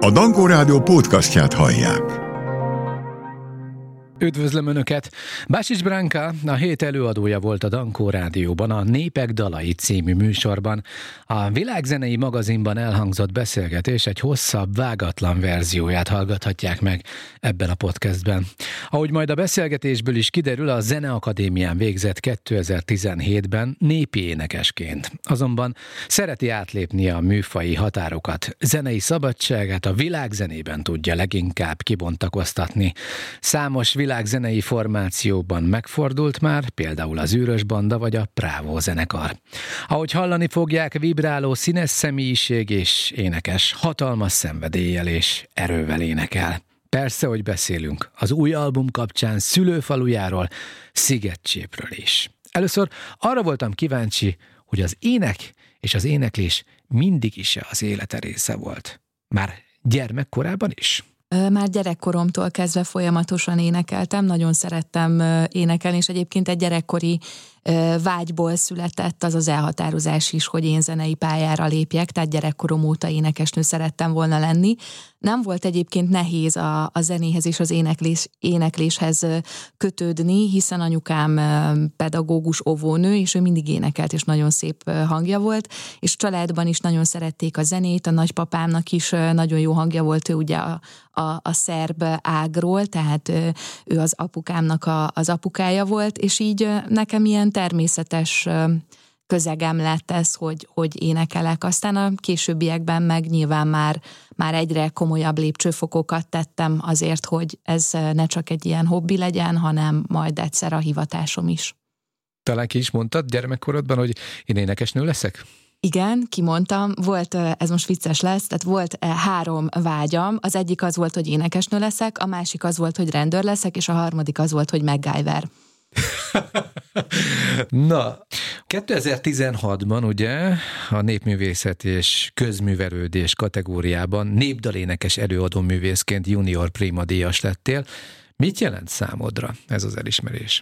A Dankó Rádió podcastját hallják. Üdvözlöm Önöket! Bácsics Branka a hét előadója volt a Dankó Rádióban, a Népek dalai című műsorban. A Világzenei magazinban elhangzott beszélgetés egy hosszabb, vágatlan verzióját hallgathatják meg ebben a podcastben. Ahogy majd a beszélgetésből is kiderül, a Zeneakadémián végzett 2017-ben népi énekesként. Azonban szereti átlépni a műfaji határokat. Zenei szabadságát a világzenében tudja leginkább kibontakoztatni. Számos világzenei formációban megfordult már, például az Űrös Banda vagy a Bravo zenekar. Ahogy hallani fogják, vibráló színes személyiség és énekes, hatalmas szenvedéllyel és erővel énekel. Persze, hogy beszélünk az új album kapcsán szülőfalujáról, Szigetcsépről is. Először arra voltam kíváncsi, hogy az ének és az éneklés mindig is az élete része volt. Már gyermekkorában is? Már gyerekkoromtól kezdve folyamatosan énekeltem, nagyon szerettem énekelni, és egyébként egy gyerekkori vágyból született az az elhatározás is, hogy én zenei pályára lépjek, tehát gyerekkorom óta énekesnő szerettem volna lenni. Nem volt egyébként nehéz a zenéhez és az énekléshez kötődni, hiszen anyukám pedagógus óvónő, és ő mindig énekelt, és nagyon szép hangja volt, és családban is nagyon szerették a zenét, a nagypapámnak is nagyon jó hangja volt, ő ugye a szerb ágról, tehát ő az apukámnak az apukája volt, és így nekem ilyen természetes közegem lett ez, hogy énekelek. Aztán a későbbiekben meg nyilván már egyre komolyabb lépcsőfokokat tettem azért, hogy ez ne csak egy ilyen hobbi legyen, hanem majd egyszer a hivatásom is. Talán ki is mondtad gyermekkorodban, hogy én énekesnő leszek? Igen, kimondtam, volt, ez most vicces lesz, tehát volt 3 vágyam, az egyik az volt, hogy énekesnő leszek, a másik az volt, hogy rendőr leszek, és a harmadik az volt, hogy MacGyver. Na, 2016-ban ugye a népművészet és közművelődés kategóriában népdalénekes előadó művészként junior prima díjas lettél. Mit jelent számodra ez az elismerés?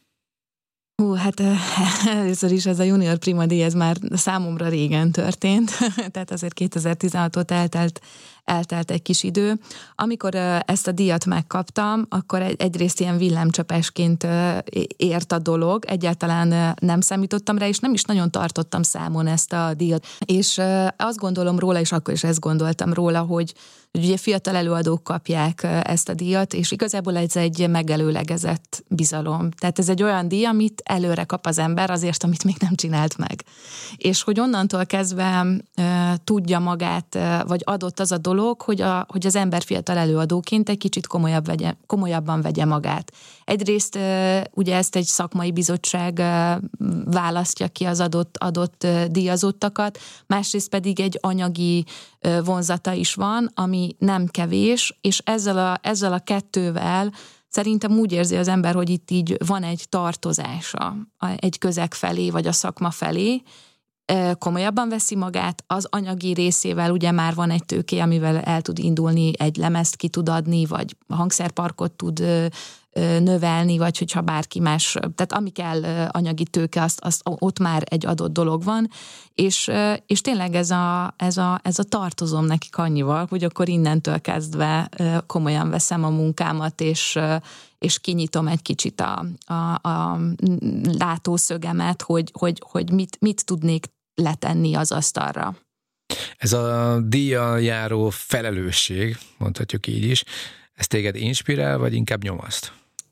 Hát először is ez a junior prima díj, ez már számomra régen történt, tehát azért 2016-ot eltelt egy kis idő. Amikor ezt a díjat megkaptam, akkor egyrészt ilyen villámcsapásként ért a dolog, egyáltalán nem számítottam rá, és nem is nagyon tartottam számon ezt a díjat. És azt gondolom róla, és akkor is ezt gondoltam róla, hogy ugye fiatal előadók kapják ezt a díjat, és igazából ez egy megelőlegezett bizalom. Tehát ez egy olyan díj, amit előre kap az ember azért, amit még nem csinált meg. És hogy onnantól kezdve tudja magát, vagy adott az a dolog, hogy az ember fiatal előadóként egy kicsit komolyabban vegye magát. Egyrészt ugye ezt egy szakmai bizottság választja ki az adott díjazottakat, másrészt pedig egy anyagi vonzata is van, ami nem kevés, és ezzel a kettővel szerintem úgy érzi az ember, hogy itt így van egy tartozása egy közeg felé, vagy a szakma felé, komolyabban veszi magát, az anyagi részével ugye már van egy tőké, amivel el tud indulni, egy lemezt ki tud adni, vagy hangszerparkot tud növelni, vagy hogyha bárki más, tehát ami kell anyagi tőke, azt ott már egy adott dolog van, és tényleg ez a tartozom nekik annyival, hogy akkor innentől kezdve komolyan veszem a munkámat, és kinyitom egy kicsit a látószögemet, hogy mit tudnék letenni az asztalra. Ez a díjjal járó felelősség, mondhatjuk így is, ez téged inspirál, vagy inkább nyomaszt?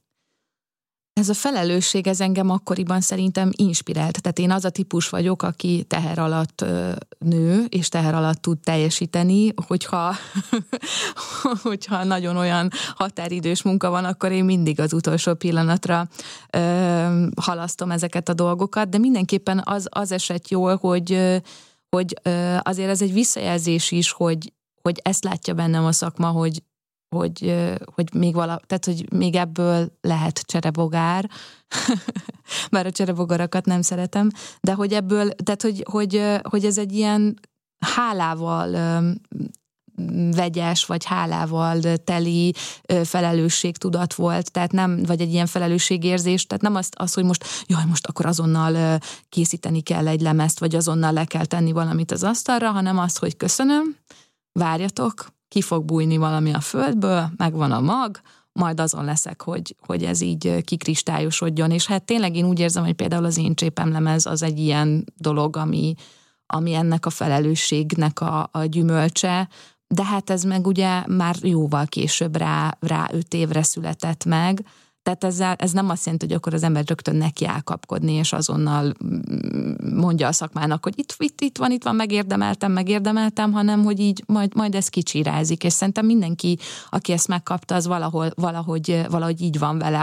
Ez a felelősség, ez engem akkoriban szerintem inspirált. Tehát én az a típus vagyok, aki teher alatt nő, és teher alatt tud teljesíteni, hogyha nagyon olyan határidős munka van, akkor én mindig az utolsó pillanatra halasztom ezeket a dolgokat, de mindenképpen az esett jól, hogy azért ez egy visszajelzés is, hogy ezt látja bennem a szakma, hogy még ebből lehet cserebogár, bár a cserebogarakat nem szeretem, de hogy ebből, tehát hogy ez egy ilyen hálával vegyes, vagy hálával teli felelősségtudat volt, tehát nem, vagy egy ilyen felelősségérzés, tehát nem az, hogy most akkor azonnal készíteni kell egy lemezt, vagy azonnal le kell tenni valamit az asztalra, hanem az, hogy köszönöm, várjatok, ki fog bújni valami a földből, megvan a mag, majd azon leszek, hogy ez így kikristályosodjon. És hát tényleg én úgy érzem, hogy például az én csépemlemez az egy ilyen dolog, ami ennek a felelősségnek a gyümölcse, de hát ez meg ugye már jóval később rá 5 évre született meg, tehát ez nem azt jelenti, hogy akkor az ember rögtön neki áll kapkodni, és azonnal mondja a szakmának, hogy itt van, megérdemeltem, hanem hogy így majd ez kicsirázik, és szerintem mindenki, aki ezt megkapta, az valahogy így van vele,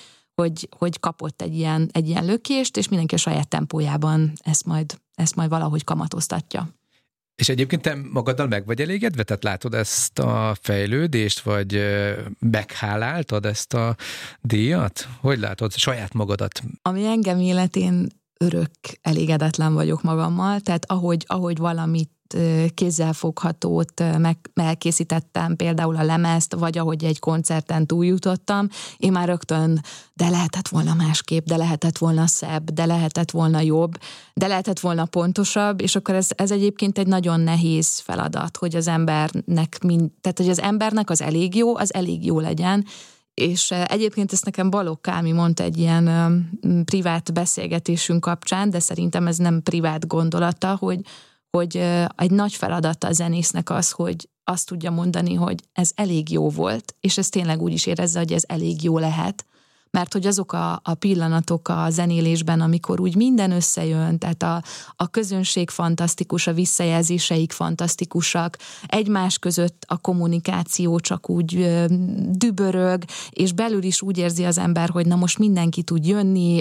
hogy kapott egy ilyen lökést, és mindenki a saját tempójában ezt majd valahogy kamatoztatja. És egyébként te magaddal meg vagy elégedve? Tehát látod ezt a fejlődést, vagy megháláltad ezt a díjat? Hogy látod saját magadat? Ami engem életén örök elégedetlen vagyok magammal, tehát ahogy valamit kézzelfoghatót elkészítettem, például a lemezt, vagy ahogy egy koncerten túljutottam, én már rögtön, de lehetett volna másképp, de lehetett volna szebb, de lehetett volna jobb, de lehetett volna pontosabb, és akkor ez egyébként egy nagyon nehéz feladat, hogy az embernek tehát hogy az embernek az elég jó legyen, és egyébként ezt nekem Balogh Kálmi mondta egy ilyen privát beszélgetésünk kapcsán, de szerintem ez nem privát gondolata, hogy egy nagy feladata a zenésznek az, hogy azt tudja mondani, hogy ez elég jó volt, és ez tényleg úgy is érezze, hogy ez elég jó lehet, mert hogy azok a pillanatok a zenélésben, amikor úgy minden összejön, tehát a közönség fantasztikus, a visszajelzéseik fantasztikusak, egymás között a kommunikáció csak úgy dübörög, és belül is úgy érzi az ember, hogy na most mindenki tud jönni,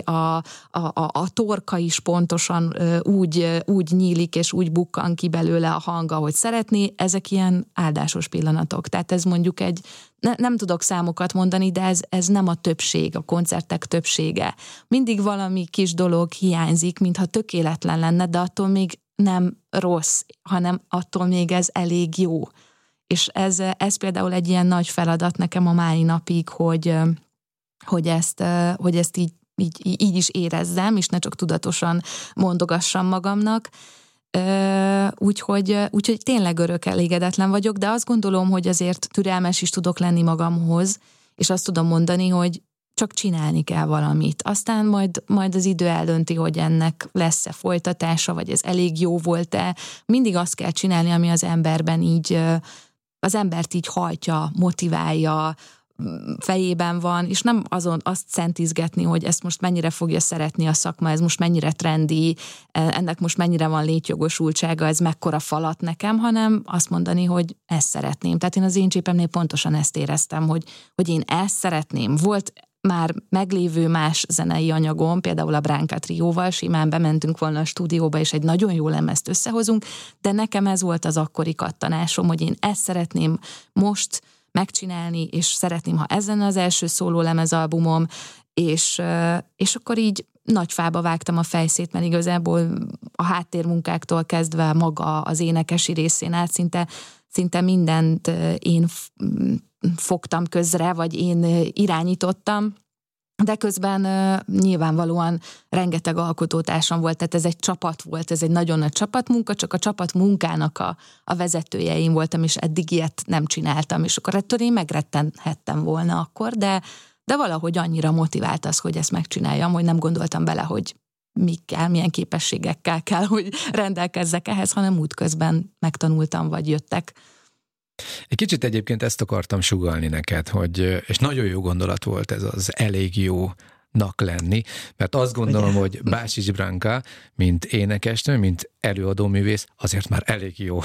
a torka is pontosan úgy nyílik, és úgy bukkan ki belőle a hang, ahogy szeretné, ezek ilyen áldásos pillanatok. Tehát ez mondjuk nem tudok számokat mondani, de ez nem a többség, a koncertek többsége. Mindig valami kis dolog hiányzik, mintha tökéletlen lenne, de attól még nem rossz, hanem attól még ez elég jó. És ez például egy ilyen nagy feladat nekem a mai napig, hogy ezt így is érezzem, és ne csak tudatosan mondogassam magamnak. Úgyhogy tényleg örök elégedetlen vagyok, de azt gondolom, hogy azért türelmes is tudok lenni magamhoz, és azt tudom mondani, hogy csak csinálni kell valamit. Aztán majd az idő eldönti, hogy ennek lesz-e folytatása, vagy ez elég jó volt-e. Mindig azt kell csinálni, ami az emberben így, az embert így hajtja, motiválja, fejében van, és nem azon azt szentizgetni, hogy ezt most mennyire fogja szeretni a szakma, ez most mennyire trendi, ennek most mennyire van létjogosultsága, ez mekkora falat nekem, hanem azt mondani, hogy ezt szeretném. Tehát én az én csépemnél pontosan ezt éreztem, hogy én ezt szeretném. Volt már meglévő más zenei anyagom, például a Bránka trióval, simán bementünk volna a stúdióba, és egy nagyon jó lemezt összehozunk, de nekem ez volt az akkori kattanásom, hogy én ezt szeretném most megcsinálni, és szeretném, ha ez lenne az első szóló lemezalbumom, és akkor így nagy fába vágtam a fejszét, mert igazából a háttérmunkáktól kezdve maga az énekesi részén át szinte mindent én fogtam közre, vagy én irányítottam, de közben nyilvánvalóan rengeteg alkotótársam volt, tehát ez egy csapat volt, ez egy nagyon nagy csapatmunka, csak a csapatmunkának a vezetője én voltam, és eddig ilyet nem csináltam, és akkor ettől én megrettenhettem volna akkor, de valahogy annyira motivált az, hogy ezt megcsináljam, hogy nem gondoltam bele, hogy milyen képességekkel kell, hogy rendelkezzek ehhez, hanem útközben megtanultam, vagy jöttek. Egy kicsit egyébként ezt akartam sugallni neked, hogy, és nagyon jó gondolat volt ez az elég jónak lenni, mert azt gondolom, hogy Bácsics Branka, mint énekesnő, mint előadóművész, azért már elég jó.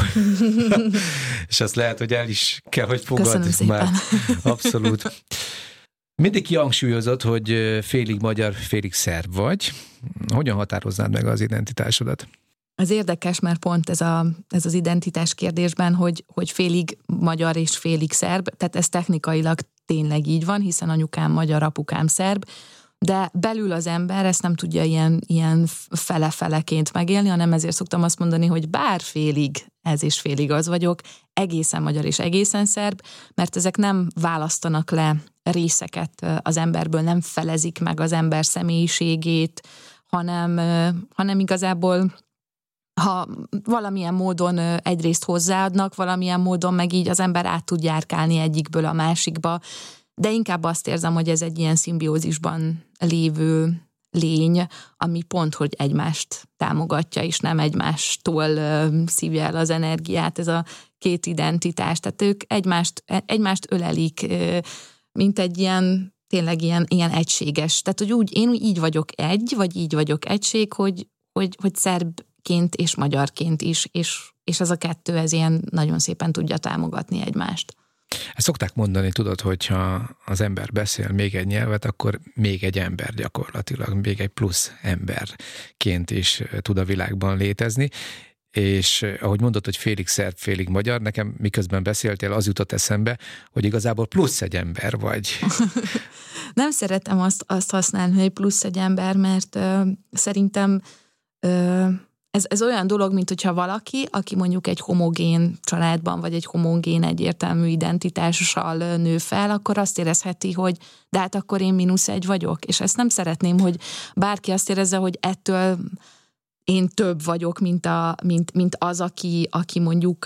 És azt lehet, hogy el is kell, hogy fogadd már. Abszolút. Mindig kihangsúlyozott, hogy félig magyar, félig szerb vagy. Hogyan határoznád meg az identitásodat? Az érdekes, mert pont ez az identitás kérdésben, hogy félig magyar és félig szerb, tehát ez technikailag tényleg így van, hiszen anyukám magyar, apukám szerb, de belül az ember ezt nem tudja ilyen fele-feleként megélni, hanem ezért szoktam azt mondani, hogy bár félig ez és félig az vagyok, egészen magyar és egészen szerb, mert ezek nem választanak le részeket az emberből, nem felezik meg az ember személyiségét, hanem igazából ha valamilyen módon egyrészt hozzáadnak, valamilyen módon meg így az ember át tud járkálni egyikből a másikba, de inkább azt érzem, hogy ez egy ilyen szimbiózisban lévő lény, ami pont, hogy egymást támogatja, és nem egymástól szívja el az energiát, ez a két identitás. Tehát ők egymást ölelik, mint egy ilyen, tényleg ilyen egységes. Tehát, hogy én így vagyok vagy így vagyok egység, hogy szerbként és magyarként is, és ez a kettő, ez ilyen nagyon szépen tudja támogatni egymást. Ezt szokták mondani, tudod, hogyha az ember beszél még egy nyelvet, akkor még egy ember gyakorlatilag, még egy plusz emberként is tud a világban létezni. És ahogy mondod, hogy félig szerb, félig magyar, nekem miközben beszéltél, az jutott eszembe, hogy igazából plusz egy ember vagy. Nem szeretem azt használni, hogy plusz egy ember, mert szerintem ez olyan dolog, mint hogyha valaki, aki mondjuk egy homogén családban, vagy egy homogén egyértelmű identitással nő fel, akkor azt érezheti, hogy de hát akkor én -1 vagyok. És ezt nem szeretném, hogy bárki azt érezze, hogy ettől én több vagyok, mint az, aki mondjuk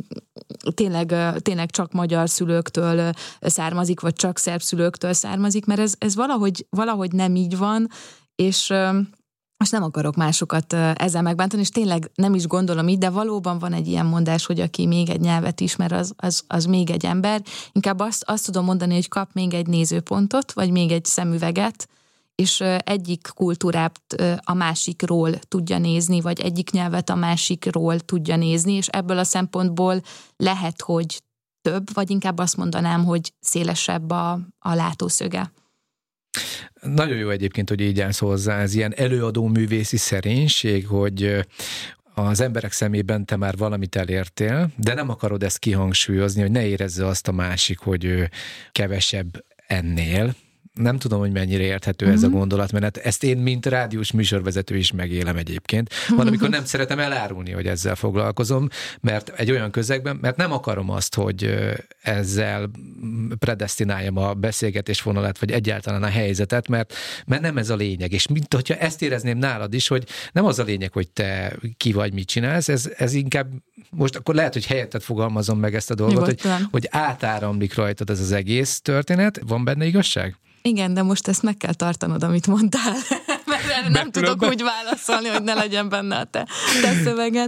tényleg csak magyar szülőktől származik, vagy csak szerb szülőktől származik, mert ez valahogy nem így van, és most nem akarok másokat ezzel megbántani, és tényleg nem is gondolom így, de valóban van egy ilyen mondás, hogy aki még egy nyelvet ismer, az még egy ember. Inkább azt tudom mondani, hogy kap még egy nézőpontot, vagy még egy szemüveget, és egyik kultúrát a másikról tudja nézni, vagy egyik nyelvet a másikról tudja nézni, és ebből a szempontból lehet, hogy több, vagy inkább azt mondanám, hogy szélesebb a látószöge. Nagyon jó egyébként, hogy így állsz hozzá, ez ilyen előadó művészi szerénység, hogy az emberek szemében te már valamit elértél, de nem akarod ezt kihangsúlyozni, hogy ne érezze azt a másik, hogy ő kevesebb ennél. Nem tudom, hogy mennyire érthető ez a gondolat, mert ezt én, mint rádiós műsorvezető is megélem egyébként. Van, amikor nem szeretem elárulni, hogy ezzel foglalkozom, mert egy olyan közegben, mert nem akarom azt, hogy ezzel predesztináljam a beszélgetés vonalát, vagy egyáltalán a helyzetet, mert nem ez a lényeg. És mint hogyha ezt érezném nálad is, hogy nem az a lényeg, hogy te ki vagy, mit csinálsz, ez inkább, most akkor lehet, hogy helyetted fogalmazom meg ezt a dolgot, hogy átáramlik rajtad ez az egész történet. Van benne igazság? Igen, de most ezt meg kell tartanod, amit mondtál, mert erre nem tudok úgy válaszolni, hogy ne legyen benne a te szöveged.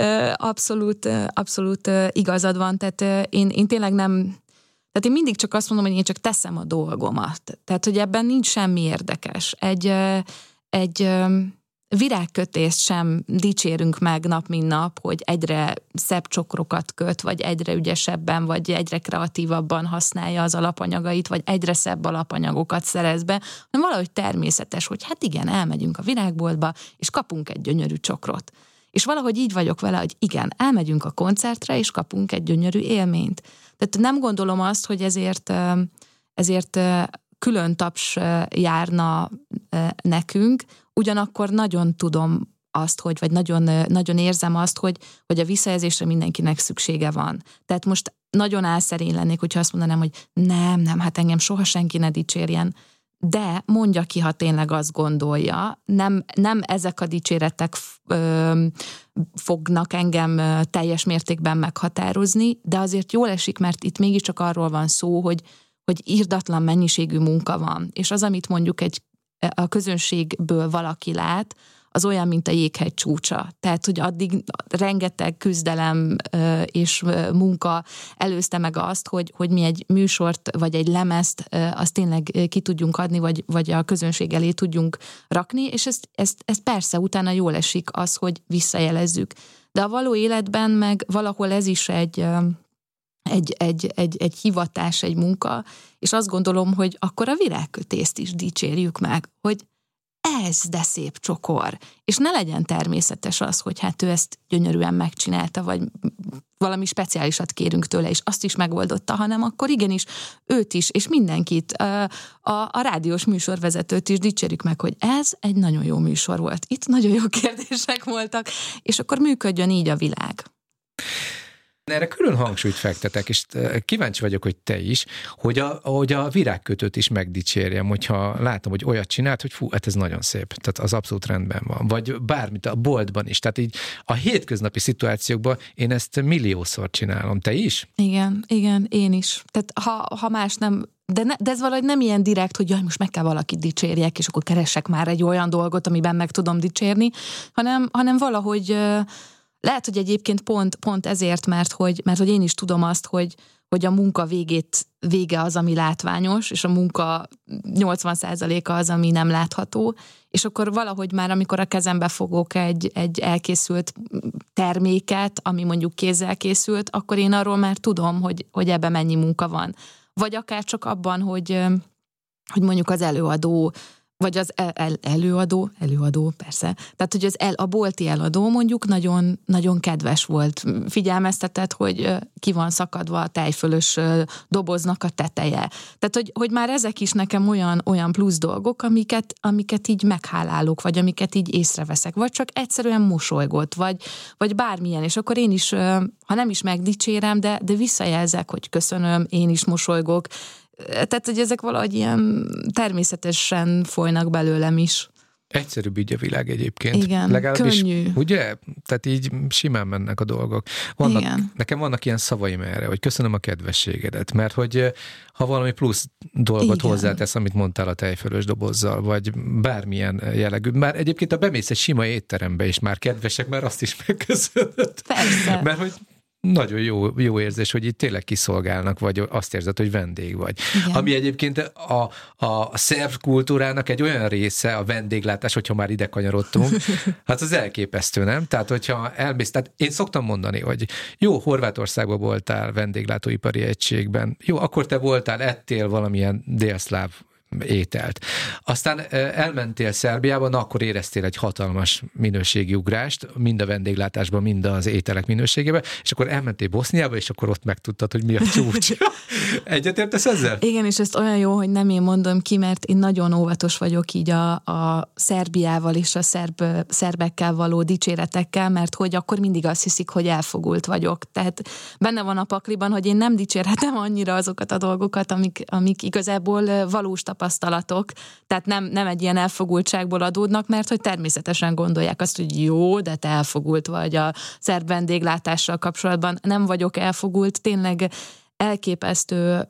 Abszolút igazad van, tehát én tényleg nem, tehát én mindig csak azt mondom, hogy én csak teszem a dolgomat. Tehát, hogy ebben nincs semmi érdekes. Egy virágkötést sem dicsérünk meg nap, mint nap, hogy egyre szebb csokrokat köt, vagy egyre ügyesebben, vagy egyre kreatívabban használja az alapanyagait, vagy egyre szebb alapanyagokat szerez be, hanem valahogy természetes, hogy hát igen, elmegyünk a virágboltba, és kapunk egy gyönyörű csokrot. És valahogy így vagyok vele, hogy igen, elmegyünk a koncertre, és kapunk egy gyönyörű élményt. Tehát nem gondolom azt, hogy ezért külön taps járna nekünk, ugyanakkor nagyon tudom azt, vagy nagyon érzem azt, hogy a visszajelzésre mindenkinek szüksége van. Tehát most nagyon álszerény lennék, hogyha azt mondanám, hogy nem, hát engem soha senki ne dicsérjen, de mondja ki, ha tényleg azt gondolja. Nem ezek a dicséretek fognak engem teljes mértékben meghatározni, de azért jól esik, mert itt mégiscsak arról van szó, hogy irdatlan mennyiségű munka van, és az, amit mondjuk a közönségből valaki lát, az olyan, mint a jéghegy csúcsa. Tehát, hogy addig rengeteg küzdelem és munka előzte meg azt, hogy mi egy műsort, vagy egy lemezt, azt tényleg ki tudjunk adni, vagy a közönség elé tudjunk rakni, és ezt persze utána jól esik az, hogy visszajelezzük. De a való életben meg valahol ez is egy hivatás, egy munka, és azt gondolom, hogy akkor a virágkötészt is dicsérjük meg, hogy ez de szép csokor, és ne legyen természetes az, hogy hát ő ezt gyönyörűen megcsinálta, vagy valami speciálisat kérünk tőle, és azt is megoldotta, hanem akkor igenis őt is, és mindenkit, a rádiós műsorvezetőt is dicsérjük meg, hogy ez egy nagyon jó műsor volt. Itt nagyon jó kérdések voltak, és akkor működjön így a világ. Erre külön hangsúlyt fektetek, és kíváncsi vagyok, hogy te is, hogy a virágkötőt is megdicsérjem, hogyha látom, hogy olyat csinált, hogy fú, hát ez nagyon szép, tehát az abszolút rendben van. Vagy bármit a boltban is, tehát így a hétköznapi szituációkban én ezt milliószor csinálom. Te is? Igen, én is. Tehát ha más nem, de ez valahogy nem ilyen direkt, hogy jaj, most meg kell valakit dicsérjek, és akkor keressek már egy olyan dolgot, amiben meg tudom dicsérni, hanem valahogy lehet, hogy egyébként pont ezért, mert hogy én is tudom azt, hogy a munka vége az, ami látványos, és a munka 80%-a az, ami nem látható, és akkor valahogy már, amikor a kezembe fogok egy elkészült terméket, ami mondjuk kézzel készült, akkor én arról már tudom, hogy ebben mennyi munka van. Vagy akár csak abban, hogy mondjuk az előadó, vagy az előadó, persze. Tehát, hogy a bolti eladó mondjuk nagyon, nagyon kedves volt. Figyelmeztetett, hogy ki van szakadva a tejfölös doboznak a teteje. Tehát, hogy már ezek is nekem olyan plusz dolgok, amiket így meghálálok, vagy amiket így észreveszek. Vagy csak egyszerűen mosolygott, vagy bármilyen. És akkor én is, ha nem is megdicsérem, de visszajelzek, hogy köszönöm, én is mosolygok. Tehát, hogy ezek valahogy ilyen természetesen folynak belőlem is. Egyszerűbb így a világ egyébként. Igen, legalábbis, könnyű. Ugye? Tehát így simán mennek a dolgok. Nekem vannak ilyen szavaim erre, hogy köszönöm a kedvességedet, mert hogy ha valami plusz dolgot hozzátesz, amit mondtál a tejfölös dobozzal, vagy bármilyen jellegű. Már egyébként a bemész egy sima étterembe, és már kedvesek, már azt is megköszönöd. Persze. Mert hogy nagyon jó érzés, hogy itt tényleg kiszolgálnak, vagy azt érzed, hogy vendég vagy. Igen. Ami egyébként a szerb kultúrának egy olyan része, a vendéglátás, hogyha már ide kanyarodtunk, hát az elképesztő, nem? Tehát, hogyha elmész, tehát én szoktam mondani, hogy jó, Horvátországban voltál vendéglátóipari egységben, jó, akkor te voltál, ettél valamilyen délszláv ételt. Aztán elmentél Szerbiába, na akkor éreztél egy hatalmas minőségi ugrást, mind a vendéglátásban, mind az ételek minőségében, és akkor elmentél Boszniába, és akkor ott megtudtad, hogy mi a csúcs. Egyetértesz ezzel? Igen, és ezt olyan jó, hogy nem én mondom ki, mert én nagyon óvatos vagyok így a Szerbiával és a szerbekkel való dicséretekkel, mert hogy akkor mindig azt hiszik, hogy elfogult vagyok. Tehát benne van a pakliban, hogy én nem dicsérhetem annyira azokat a dolgokat, amik igazából valós tapasztalatok, tehát nem egy ilyen elfogultságból adódnak, mert hogy természetesen gondolják azt, hogy jó, de te elfogult vagy a szerb vendéglátással kapcsolatban. Nem vagyok elfogult, tényleg elképesztő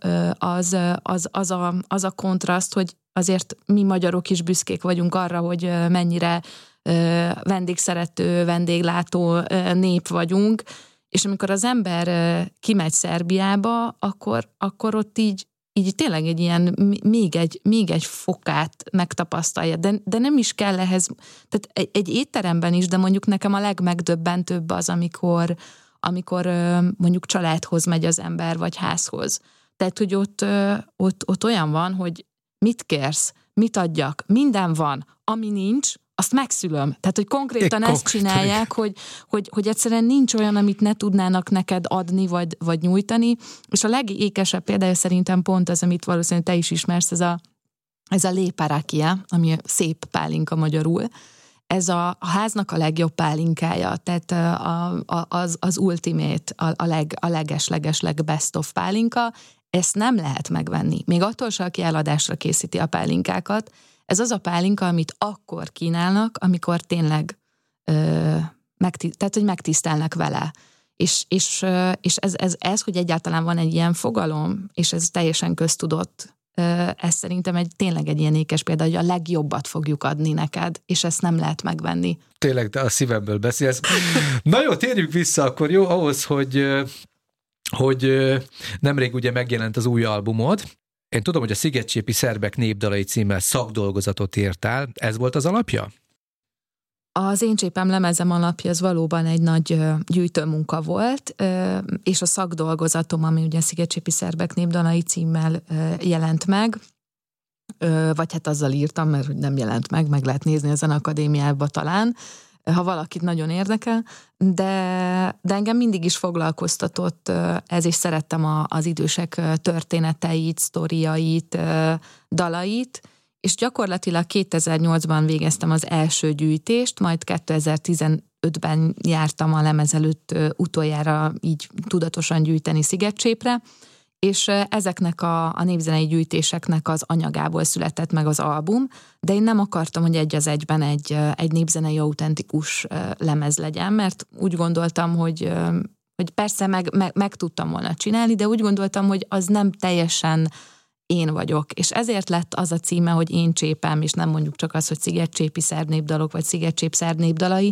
az a kontraszt, hogy azért mi magyarok is büszkék vagyunk arra, hogy mennyire vendégszerető, vendéglátó nép vagyunk, és amikor az ember kimegy Szerbiába, akkor ott így tényleg egy ilyen, még egy fokát megtapasztalja, de nem is kell ehhez, tehát egy étteremben is, de mondjuk nekem a legmegdöbbentőbb az, amikor mondjuk családhoz megy az ember, vagy házhoz. Tehát, hogy ott olyan van, hogy mit kérsz, mit adjak, minden van, ami nincs, azt megszülöm. Tehát, hogy konkrétan ezt csinálják, hogy egyszerűen nincs olyan, amit ne tudnának neked adni, vagy nyújtani, és a legékesebb példája szerintem pont az, amit valószínűleg te is ismersz, ez a léparakia, ami szép pálinka magyarul. Ez a háznak a legjobb pálinkája, tehát az ultimate, a leges best of pálinka, ezt nem lehet megvenni. Még attól se, aki eladásra készíti a pálinkákat, ez az a pálinka, amit akkor kínálnak, amikor tényleg tehát, hogy megtisztelnek vele. És ez, hogy egyáltalán van egy ilyen fogalom, és ez teljesen köztudott, ez szerintem tényleg egy ilyen ékes példa, hogy a legjobbat fogjuk adni neked, és ezt nem lehet megvenni. Tényleg, te a szívemből beszélsz. Na jó, térjünk vissza akkor, jó, ahhoz, hogy nemrég ugye megjelent az új albumod. Én tudom, hogy a Szigetcsépi Szerbek népdalai címmel szakdolgozatot írtál. Ez volt az alapja? Az Én csépem lemezem alapja, az valóban egy nagy gyűjtőmunka volt, és a szakdolgozatom, ami ugye a Szigetcsépi Szerbek népdalai címmel jelent meg, vagy hát azzal írtam, mert nem jelent meg lehet nézni a Zeneakadémiában talán, ha valakit nagyon érdekel, de engem mindig is foglalkoztatott ez, és szerettem az idősek történeteit, sztoriait, dalait, és gyakorlatilag 2008-ban végeztem az első gyűjtést, majd 2005-ben jártam a lemez előtt utoljára így tudatosan gyűjteni Szigetcsépre, és ezeknek a népzenei gyűjtéseknek az anyagából született meg az album, de én nem akartam, hogy egy az egyben egy népzenei autentikus lemez legyen, mert úgy gondoltam, hogy persze meg tudtam volna csinálni, de úgy gondoltam, hogy az nem teljesen én vagyok, és ezért lett az a címe, hogy Én Csépem, és nem mondjuk csak az, hogy Szigetcsépi szerb-népdalok, vagy Szigetcsép szerb-népdalai,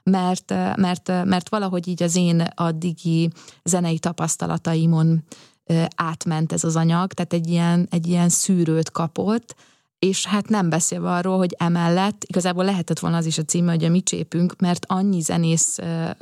mert valahogy így az én addigi zenei tapasztalataimon átment ez az anyag, tehát egy ilyen szűrőt kapott, és hát nem beszélve arról, hogy emellett igazából lehetett volna az is a címe, hogy a Mi Csépünk, mert annyi zenész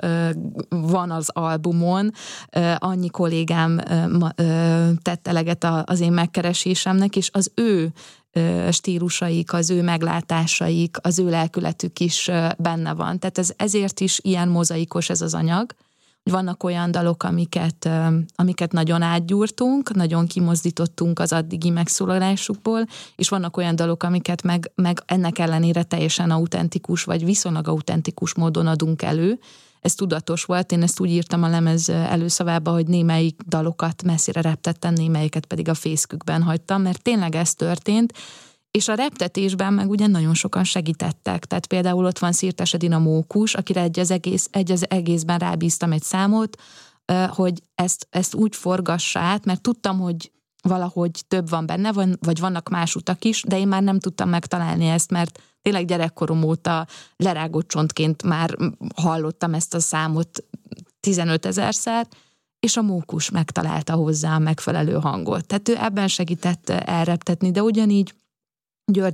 van az albumon, annyi kollégám tett eleget az én megkeresésemnek, és az ő stílusaik, az ő meglátásaik, az ő lelkületük is benne van. Tehát ezért is ilyen mozaikos ez az anyag. Vannak olyan dalok, amiket nagyon átgyúrtunk, nagyon kimozdítottunk az addigi megszólalásukból, és vannak olyan dalok, amiket meg ennek ellenére teljesen autentikus, vagy viszonylag autentikus módon adunk elő. Ez tudatos volt, én ezt úgy írtam a lemez előszavába, hogy némelyik dalokat messzire reptettem, némelyiket pedig a fészkükben hagytam, mert tényleg ez történt, és a reptetésben meg ugye nagyon sokan segítettek. Tehát például ott van Szirtes Edina Mókus, akire egy az egészben rábíztam egy számot, hogy ezt úgy forgassa át, mert tudtam, hogy valahogy több van benne, vagy vannak más utak is, de én már nem tudtam megtalálni ezt, mert tényleg gyerekkorom óta lerágott csontként már hallottam ezt a számot 15 000-szer, és a Mókus megtalálta hozzá a megfelelő hangot. Tehát ő ebben segített elreptetni, de ugyanígy György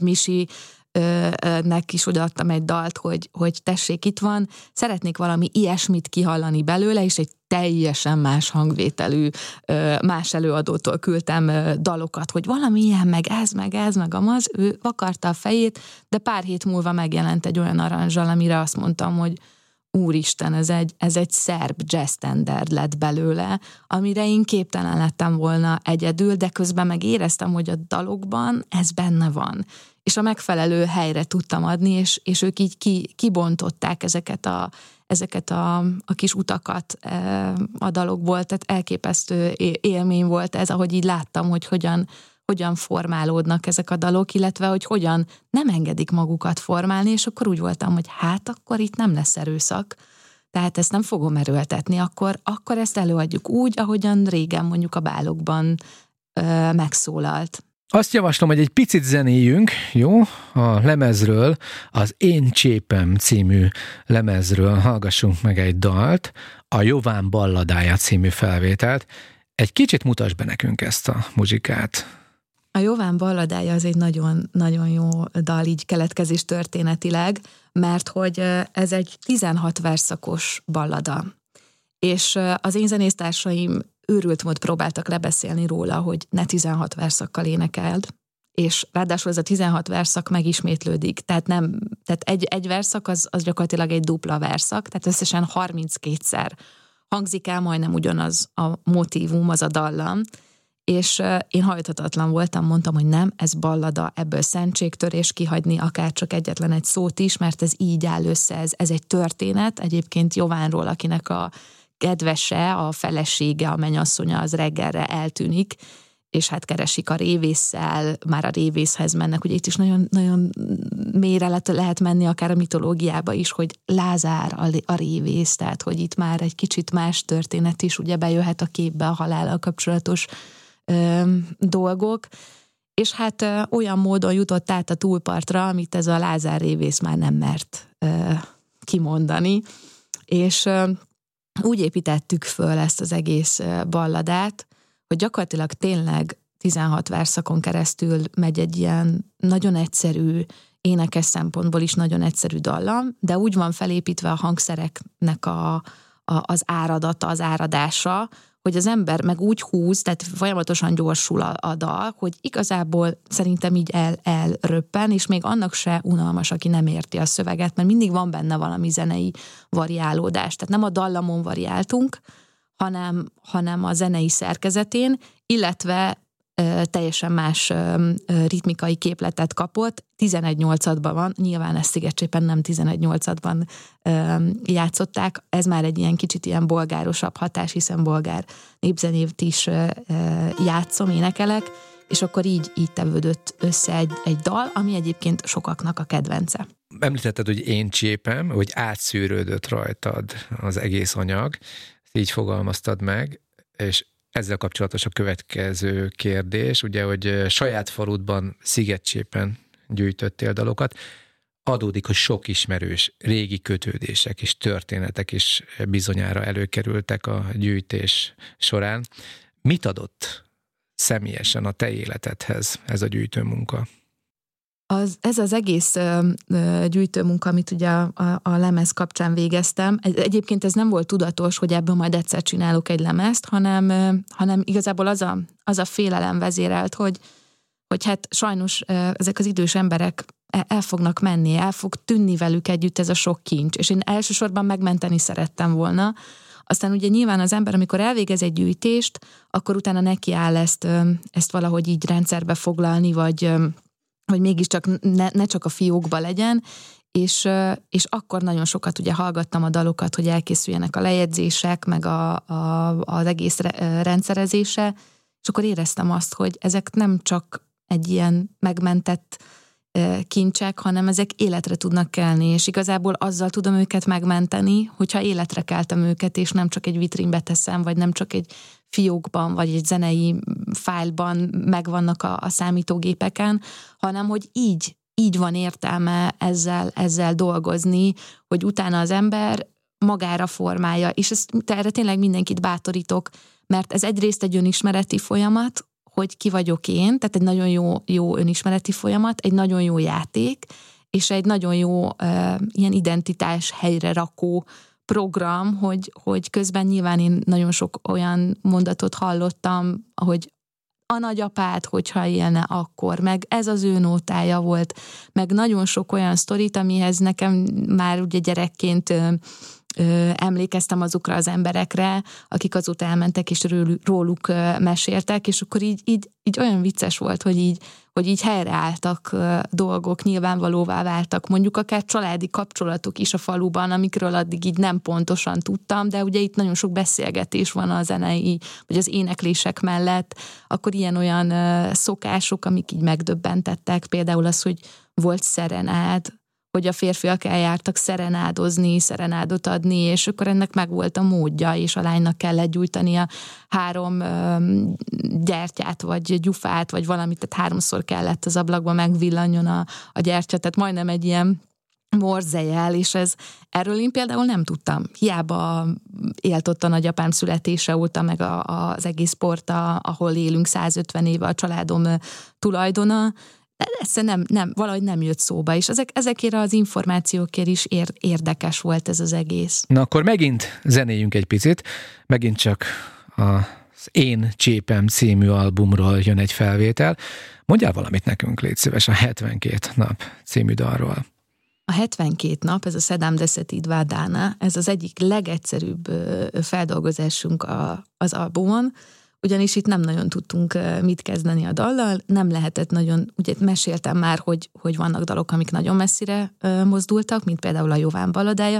Misinek is odaadtam egy dalt, hogy tessék, itt van, szeretnék valami ilyesmit kihallani belőle, és egy teljesen más hangvételű, más előadótól küldtem dalokat, hogy valami ilyen, meg ez, meg amaz, ő vakarta a fejét, de pár hét múlva megjelent egy olyan aranzsal, amire azt mondtam, hogy úristen, ez egy szerb jazz standard lett belőle, amire én képtelen lettem volna egyedül, de közben meg éreztem, hogy a dalokban ez benne van. És a megfelelő helyre tudtam adni, és ők így kibontották ezeket a kis utakat a dalokból, tehát elképesztő élmény volt ez, ahogy így láttam, hogy hogyan formálódnak ezek a dalok, illetve hogy hogyan nem engedik magukat formálni, és akkor úgy voltam, hogy hát akkor itt nem lesz erőszak, tehát ezt nem fogom erőltetni, akkor ezt előadjuk úgy, ahogyan régen mondjuk a bálokban megszólalt. Azt javaslom, hogy egy picit zenéljünk, jó? A lemezről, az Én Csépem című lemezről hallgassunk meg egy dalt, a Jován balladája című felvételt. Egy kicsit mutasd be nekünk ezt a muzsikát. A Jován balladája az egy nagyon, nagyon jó dal így keletkezés történetileg, mert hogy ez egy 16 versszakos ballada. És az én zenésztársaim őrült mód próbáltak lebeszélni róla, hogy ne 16 versszakkal énekeld, és ráadásul ez a 16 versszak megismétlődik, tehát egy versszak az gyakorlatilag egy dupla versszak, tehát összesen 32-szer hangzik el majdnem ugyanaz a motívum, az a dallam, és én hajthatatlan voltam, mondtam, hogy nem, ez ballada, ebből szentségtörés kihagyni, akár csak egyetlen egy szót is, mert ez így áll össze, ez egy történet, egyébként Jovánról, akinek a kedvese, a felesége, a mennyasszonya az reggelre eltűnik, és hát keresik a révésszel, már a révészhez mennek, ugye itt is nagyon, nagyon mélyre lehet menni akár a mitológiába is, hogy Lázár a révész, tehát hogy itt már egy kicsit más történet is ugye bejöhet a képbe a halállal kapcsolatos dolgok, és hát olyan módon jutott át a túlpartra, amit ez a Lázár révész már nem mert kimondani, és úgy építettük föl ezt az egész balladát, hogy gyakorlatilag tényleg 16 versszakon keresztül megy egy ilyen nagyon egyszerű, énekes szempontból is nagyon egyszerű dallam, de úgy van felépítve a hangszereknek az áradata, az áradása, hogy az ember meg úgy húz, tehát folyamatosan gyorsul a dal, hogy igazából szerintem így elröppen, és még annak se unalmas, aki nem érti a szöveget, mert mindig van benne valami zenei variálódás. Tehát nem a dallamon variáltunk, hanem a zenei szerkezetén, illetve teljesen más ritmikai képletet kapott. 11/8-ban van, nyilván ezt Szigetcsépen nem 11/8-ban játszották, ez már egy ilyen kicsit ilyen bolgárosabb hatás, hiszen bolgár népzenét is játszom, énekelek, és akkor így tevődött össze egy dal, ami egyébként sokaknak a kedvence. Említetted, hogy én csépem, hogy átszűrődött rajtad az egész anyag, így fogalmaztad meg, és ezzel kapcsolatos a következő kérdés, ugye, hogy saját faludban, Szigetcsépen gyűjtöttél dalokat, adódik, hogy sok ismerős régi kötődések és történetek is bizonyára előkerültek a gyűjtés során. Mit adott személyesen a te életedhez ez a gyűjtőmunka? Ez az egész gyűjtőmunka, amit ugye a lemez kapcsán végeztem, egyébként ez nem volt tudatos, hogy ebből majd egyszer csinálok egy lemezt, hanem igazából az a félelem vezérelt, hogy hát sajnos ezek az idős emberek el fognak menni, el fog tűnni velük együtt ez a sok kincs, és én elsősorban megmenteni szerettem volna. Aztán ugye nyilván az ember, amikor elvégez egy gyűjtést, akkor utána nekiáll ezt valahogy így rendszerbe foglalni, vagy mégiscsak ne csak a fiókba legyen, és akkor nagyon sokat ugye hallgattam a dalokat, hogy elkészüljenek a lejegyzések, meg az egész rendszerezése, és akkor éreztem azt, hogy ezek nem csak egy ilyen megmentett kincsek, hanem ezek életre tudnak kelni, és igazából azzal tudom őket megmenteni, hogyha életre keltem őket, és nem csak egy vitrínbe teszem, vagy nem csak egy fiókban, vagy egy zenei fájlban megvannak a számítógépeken, hanem hogy így van értelme ezzel dolgozni, hogy utána az ember magára formálja, és erre tényleg mindenkit bátorítok, mert ez egyrészt egy önismereti folyamat, hogy ki vagyok én, tehát egy nagyon jó önismereti folyamat, egy nagyon jó játék, és egy nagyon jó ilyen identitás helyre rakó program, hogy közben nyilván én nagyon sok olyan mondatot hallottam, hogy a nagyapád, hogyha élne akkor, meg ez az ő nótája volt, meg nagyon sok olyan sztorit, amihez nekem már ugye gyerekként emlékeztem azokra az emberekre, akik azóta elmentek, és róluk meséltek, és akkor így olyan vicces volt, hogy így helyreálltak dolgok, nyilvánvalóvá váltak, mondjuk akár családi kapcsolatok is a faluban, amikről addig így nem pontosan tudtam, de ugye itt nagyon sok beszélgetés van a zenei, vagy az éneklések mellett, akkor ilyen-olyan szokások, amik így megdöbbentettek, például az, hogy volt szerenád, hogy a férfiak eljártak szerenádot adni, és akkor ennek meg volt a módja, és a lánynak kellett gyújtania 3 gyertyát, vagy gyufát, vagy valamit, tehát 3-szor kellett az ablakba megvillanjon a gyertya, tehát majdnem egy ilyen morzejel, és erről én például nem tudtam. Hiába élt ott a nagyapám születése óta, meg az egész port, ahol élünk 150 éve, a családom tulajdona, de valahogy nem jött szóba, és ezekért az információkért is érdekes volt ez az egész. Na akkor megint zenéljünk egy picit, megint csak az Én Csépem című albumról jön egy felvétel. Mondjál valamit nekünk, légy szíves, a 72 nap című dalról. A 72 nap, ez a Sedám Desetid Vádána, ez az egyik legegyszerűbb feldolgozásunk az albumon, ugyanis itt nem nagyon tudtunk mit kezdeni a dallal, nem lehetett nagyon, ugye meséltem már, hogy vannak dalok, amik nagyon messzire mozdultak, mint például a Jován balladája,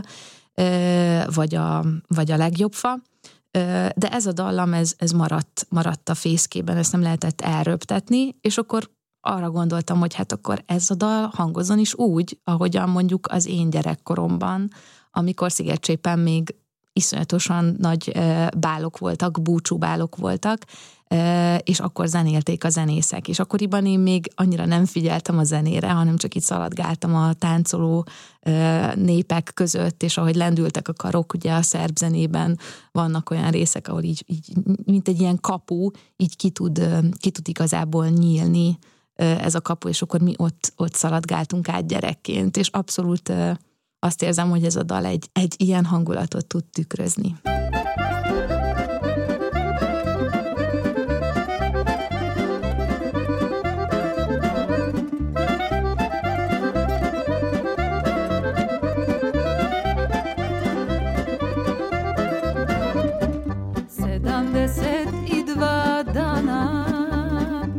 vagy a Legjobb fa, de ez a dallam, ez maradt a fészkében, ezt nem lehetett elröptetni, és akkor arra gondoltam, hogy hát akkor ez a dal hangozzon is úgy, ahogyan mondjuk az én gyerekkoromban, amikor Szigetcsépen még iszonyatosan nagy bálok voltak, búcsúbálok voltak, és akkor zenélték a zenészek. És akkoriban én még annyira nem figyeltem a zenére, hanem csak itt szaladgáltam a táncoló népek között, és ahogy lendültek a karok, ugye a szerb zenében vannak olyan részek, ahol így mint egy ilyen kapu, így ki tud igazából nyílni ez a kapu, és akkor mi ott szaladgáltunk át gyerekként, és abszolút azt érzem, hogy ez a dal egy ilyen hangulatot tud tükrözni. Sedam deset i dva dana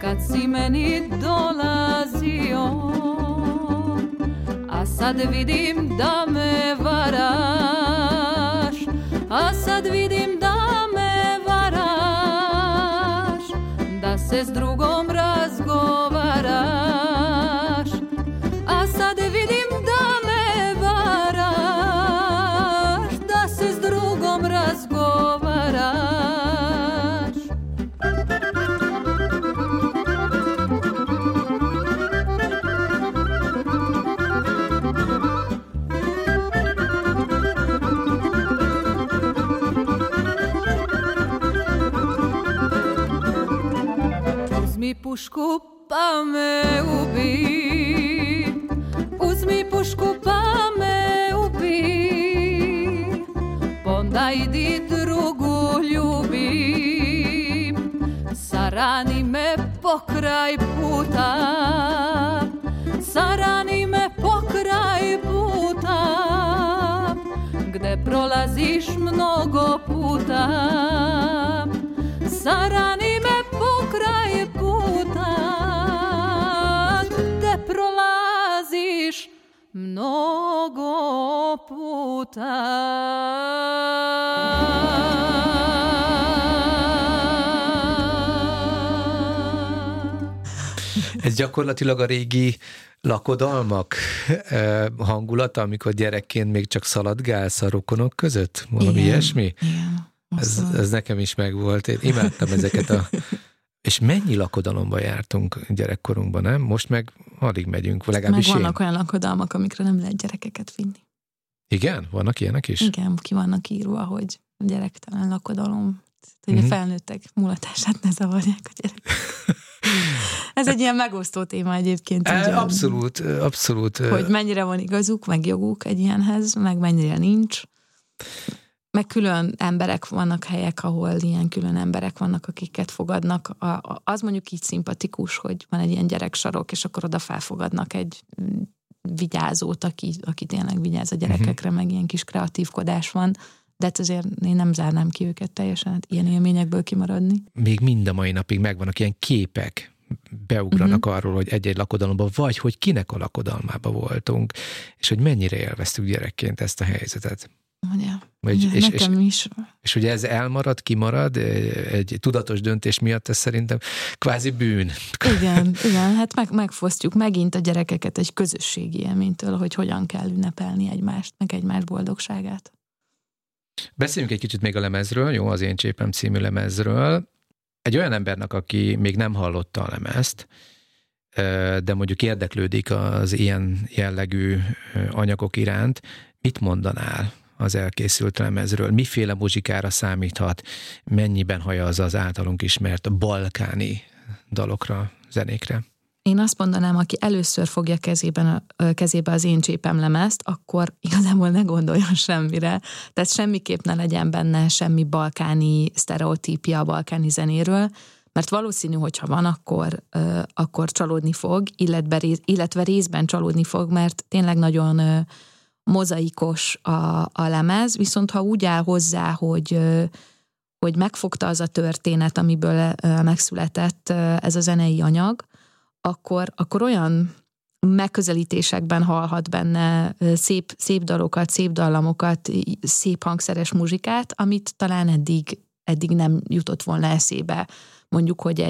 kad si meni dolazio, a sad vidim da me varaš, a sad vidim da me varaš, da se s drugom razgovaraš, a sad vidim da me varaš, da se s drugom razgovaraš. Uzmi pušku pa me ubi, uzmi pušku pa me ubi, onda idi drugu ljubi, sarani me pokraj puta, sarani me pokraj puta, gde prolaziš mnogo puta, sarani me pokraj puta, gde prolaziš mnogo puta. Ez gyakorlatilag a régi lakodalmak hangulata, amikor gyerekként még csak szaladgálsz a rokonok között? Valami ilyesmi? Igen. Ez nekem is megvolt. Én imádtam ezeket És mennyi lakodalomba jártunk gyerekkorunkban, nem? Most meg alig megyünk, legalábbis meg vannak olyan lakodalmak, amikre nem lehet gyerekeket vinni. Igen? Vannak ilyenek is? Igen, ki vannak írva, hogy gyerektelen lakodalom. Hogy a felnőttek mulatását ne zavarják a gyerekek. Ez egy ilyen megosztó téma egyébként. Abszolút. Hogy mennyire van igazuk, meg joguk egy ilyenhez, meg mennyire nincs. Meg külön emberek vannak, helyek, ahol ilyen külön emberek vannak, akiket fogadnak. Az mondjuk így szimpatikus, hogy van egy ilyen gyereksarok, és akkor oda felfogadnak egy vigyázót, aki tényleg vigyáz a gyerekekre, meg ilyen kis kreatívkodás van. De hát azért én nem zárnám ki őket teljesen, hát ilyen élményekből kimaradni. Még mind a mai napig megvannak ilyen képek, beugranak arról, hogy egy-egy lakodalomban, vagy hogy kinek a lakodalmába voltunk, és hogy mennyire élveztük gyerekként ezt a helyzetet. Nekem is. És ugye ez elmarad, kimarad, egy tudatos döntés miatt, ez szerintem kvázi bűn. Igen, hát megfosztjuk megint a gyerekeket egy közösségi élménytől, hogy hogyan kell ünnepelni egymást, meg egymás boldogságát. Beszéljünk egy kicsit még a lemezről, jó, az Én Csépem című lemezről. Egy olyan embernek, aki még nem hallotta a lemezt, de mondjuk érdeklődik az ilyen jellegű anyagok iránt, mit mondanál az elkészült lemezről? Miféle muzsikára számíthat? Mennyiben hajaz az általunk ismert balkáni dalokra, zenékre? Én azt mondanám, aki először fogja kezébe az Én Csépem lemezt, akkor igazából ne gondoljon semmire. Tehát semmiképp ne legyen benne semmi balkáni sztereotípia a balkáni zenéről, mert valószínű, hogyha van, akkor csalódni fog, illetve részben csalódni fog, mert tényleg nagyon mozaikos a lemez, viszont ha úgy áll hozzá, hogy megfogta az a történet, amiből megszületett ez a zenei anyag, akkor olyan megközelítésekben hallhat benne szép dalokat, szép dallamokat, szép hangszeres muzsikát, amit talán eddig nem jutott volna eszébe. Mondjuk, hogy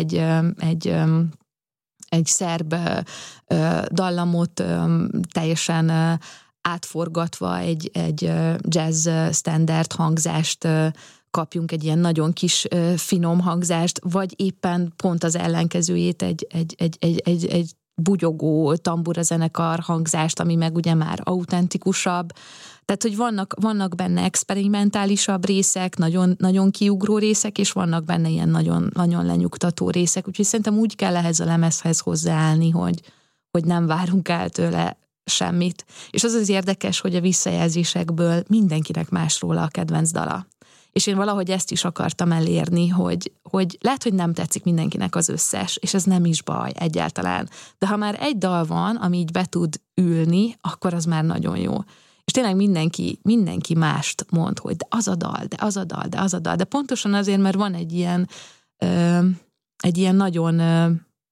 egy szerb dallamot teljesen átforgatva egy jazz standard hangzást kapjunk, egy ilyen nagyon kis finom hangzást, vagy éppen pont az ellenkezőjét egy bugyogó tamburazenekar hangzást, ami meg ugye már autentikusabb. Tehát, hogy vannak benne experimentálisabb részek, nagyon, nagyon kiugró részek, és vannak benne ilyen nagyon, nagyon lenyugtató részek. Úgyhogy szerintem úgy kell ehhez a lemezhez hozzáállni, hogy nem várunk el tőle semmit. És az érdekes, hogy a visszajelzésekből mindenkinek más róla a kedvenc dala. És én valahogy ezt is akartam elérni, hogy lehet, hogy nem tetszik mindenkinek az összes, és ez nem is baj egyáltalán. De ha már egy dal van, ami így be tud ülni, akkor az már nagyon jó. És tényleg mindenki mást mond, hogy de az a dal, de az a dal, de az a dal. De pontosan azért, mert van egy ilyen nagyon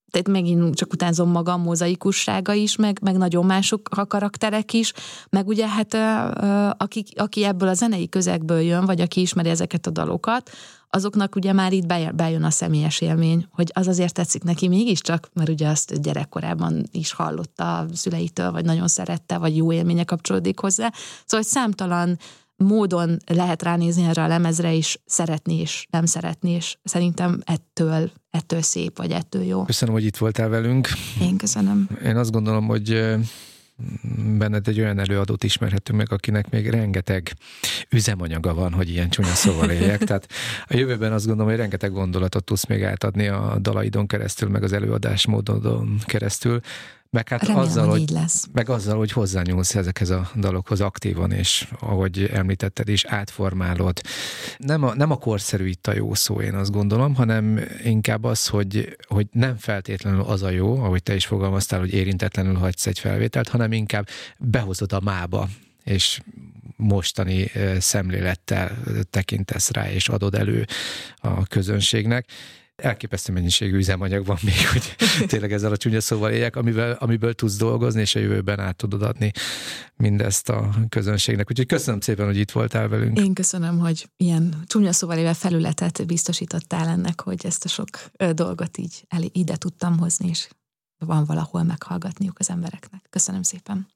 tehát megint csak utánzom magam, mozaikussága is, meg nagyon mások a karakterek is, meg ugye hát aki ebből a zenei közegből jön, vagy aki ismeri ezeket a dalokat, azoknak ugye már itt bejön a személyes élmény, hogy az azért tetszik neki mégiscsak, mert ugye azt gyerekkorában is hallotta a szüleitől, vagy nagyon szerette, vagy jó élménye kapcsolódik hozzá. Szóval számtalan módon lehet ránézni erre a lemezre is, szeretni és nem szeretni, és szerintem ettől szép, vagy ettől jó. Köszönöm, hogy itt voltál velünk. Én köszönöm. Én azt gondolom, hogy benned egy olyan előadót ismerhetünk meg, akinek még rengeteg üzemanyaga van, hogy ilyen csúnya szóval éljek. Tehát a jövőben azt gondolom, hogy rengeteg gondolatot tudsz még átadni a dalaidon keresztül, meg az előadásmódodon keresztül. Meg hát azzal, hogy hozzányúlsz ezekhez a dalokhoz aktívan, és ahogy említetted is, átformálod. Nem a korszerű itt a jó szó, én azt gondolom, hanem inkább az, hogy nem feltétlenül az a jó, ahogy te is fogalmaztál, hogy érintetlenül hagysz egy felvételt, hanem inkább behozod a mába, és mostani szemlélettel tekintesz rá, és adod elő a közönségnek. Elképesztő mennyiségű üzemanyag van még, hogy tényleg ezzel a csúnya szóval éljek, amiből tudsz dolgozni, és a jövőben át tudod adni mindezt a közönségnek. Úgyhogy köszönöm szépen, hogy itt voltál velünk. Én köszönöm, hogy ilyen csúnya szóval éve felületet biztosítottál ennek, hogy ezt a sok dolgot így ide tudtam hozni, és van valahol meghallgatniuk az embereknek. Köszönöm szépen.